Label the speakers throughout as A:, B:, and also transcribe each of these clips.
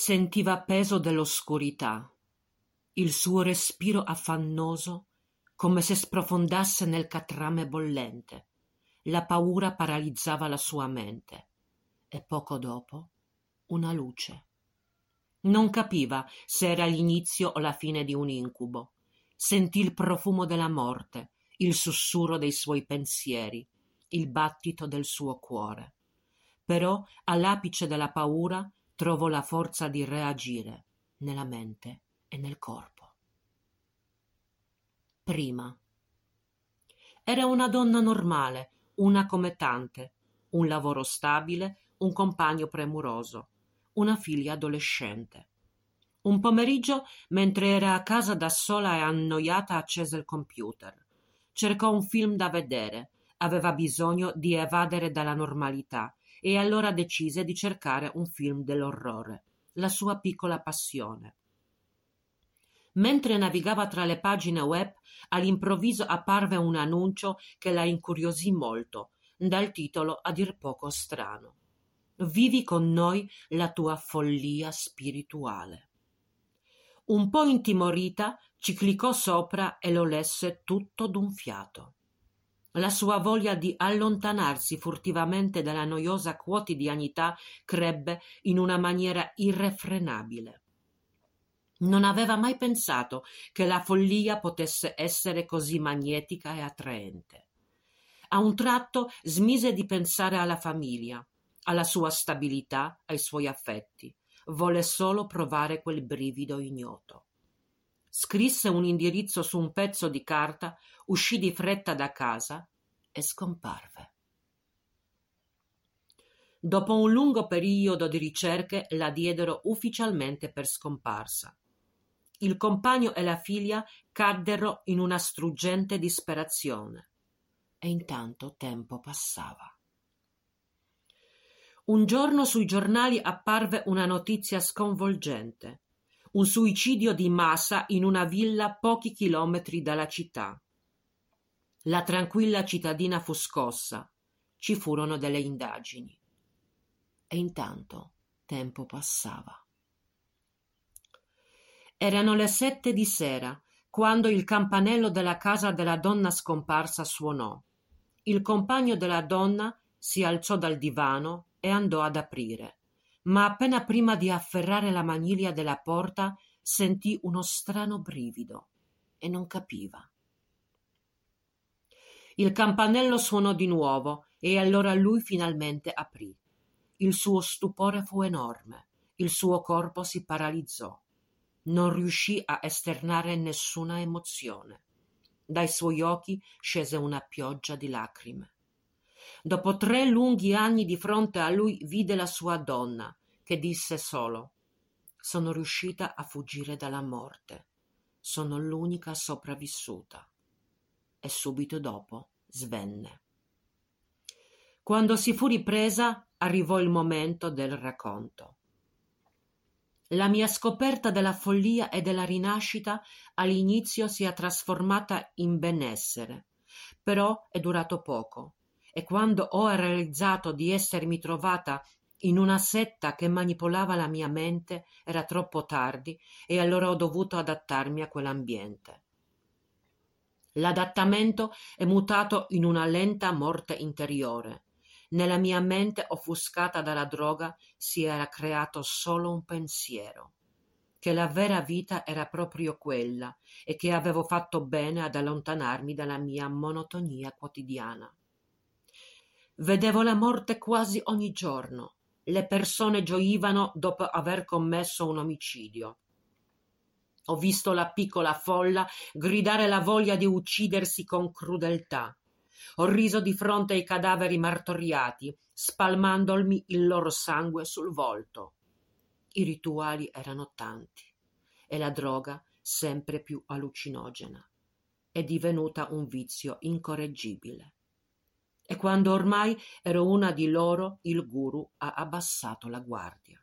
A: Sentiva peso dell'oscurità, il suo respiro affannoso, come se sprofondasse nel catrame bollente. La paura paralizzava la sua mente. E poco dopo, una luce. Non capiva se era l'inizio o la fine di un incubo. Sentì il profumo della morte, il sussurro dei suoi pensieri, il battito del suo cuore. Però, all'apice della paura, trovò la forza di reagire, nella mente e nel corpo. Prima. Era una donna normale, una come tante, un lavoro stabile, un compagno premuroso, una figlia adolescente. Un pomeriggio, mentre era a casa da sola e annoiata, accese il computer. Cercò un film da vedere, aveva bisogno di evadere dalla normalità e allora decise di cercare un film dell'orrore, la sua piccola passione. Mentre navigava tra le pagine web, all'improvviso apparve un annuncio che la incuriosì molto, dal titolo a dir poco strano. Vivi con noi la tua follia spirituale. Un po' intimorita, ci cliccò sopra e lo lesse tutto d'un fiato. La sua voglia di allontanarsi furtivamente dalla noiosa quotidianità crebbe in una maniera irrefrenabile. Non aveva mai pensato che la follia potesse essere così magnetica e attraente. A un tratto smise di pensare alla famiglia, alla sua stabilità, ai suoi affetti. Volle solo provare quel brivido ignoto. Scrisse un indirizzo su un pezzo di carta, uscì di fretta da casa e scomparve. Dopo un lungo periodo di ricerche la diedero ufficialmente per scomparsa. Il compagno e la figlia caddero in una struggente disperazione. E intanto tempo passava. Un giorno sui giornali apparve una notizia sconvolgente. Un suicidio di massa in una villa a pochi chilometri dalla città. La tranquilla cittadina fu scossa. Ci furono delle indagini. E intanto tempo passava. Erano le 7 di sera, quando il campanello della casa della donna scomparsa suonò. Il compagno della donna si alzò dal divano e andò ad aprire, ma appena prima di afferrare la maniglia della porta sentì uno strano brivido e non capiva. Il campanello suonò di nuovo e allora lui finalmente aprì. Il suo stupore fu enorme, il suo corpo si paralizzò. Non riuscì a esternare nessuna emozione. Dai suoi occhi scese una pioggia di lacrime. Dopo 3 lunghi anni di fronte a lui vide la sua donna, che disse solo: «Sono riuscita a fuggire dalla morte. Sono l'unica sopravvissuta». E subito dopo svenne. Quando si fu ripresa, arrivò il momento del racconto. La mia scoperta della follia e della rinascita all'inizio si è trasformata in benessere, però è durato poco, e quando ho realizzato di essermi trovata in una setta che manipolava la mia mente era troppo tardi e allora ho dovuto adattarmi a quell'ambiente. L'adattamento è mutato in una lenta morte interiore. Nella mia mente offuscata dalla droga si era creato solo un pensiero, che la vera vita era proprio quella e che avevo fatto bene ad allontanarmi dalla mia monotonia quotidiana. Vedevo la morte quasi ogni giorno. Le persone gioivano dopo aver commesso un omicidio. Ho visto la piccola folla gridare la voglia di uccidersi con crudeltà. Ho riso di fronte ai cadaveri martoriati, spalmandomi il loro sangue sul volto. I rituali erano tanti e la droga sempre più allucinogena. È divenuta un vizio incorreggibile. E quando ormai ero una di loro, il guru ha abbassato la guardia.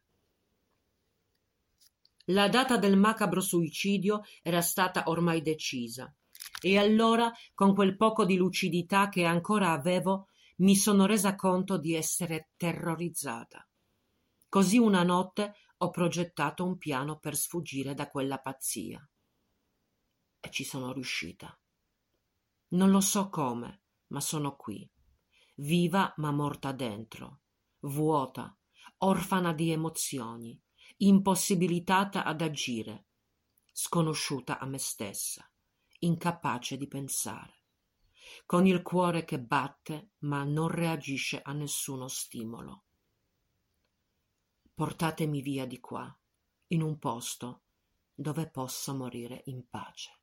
A: La data del macabro suicidio era stata ormai decisa. E allora, con quel poco di lucidità che ancora avevo, mi sono resa conto di essere terrorizzata. Così una notte Ho progettato un piano per sfuggire da quella pazzia. E ci sono riuscita. Non lo so come, ma sono qui, viva ma morta dentro, vuota, orfana di emozioni, impossibilitata ad agire, sconosciuta a me stessa, incapace di pensare, con il cuore che batte ma non reagisce a nessuno stimolo. Portatemi via di qua, in un posto dove posso morire in pace.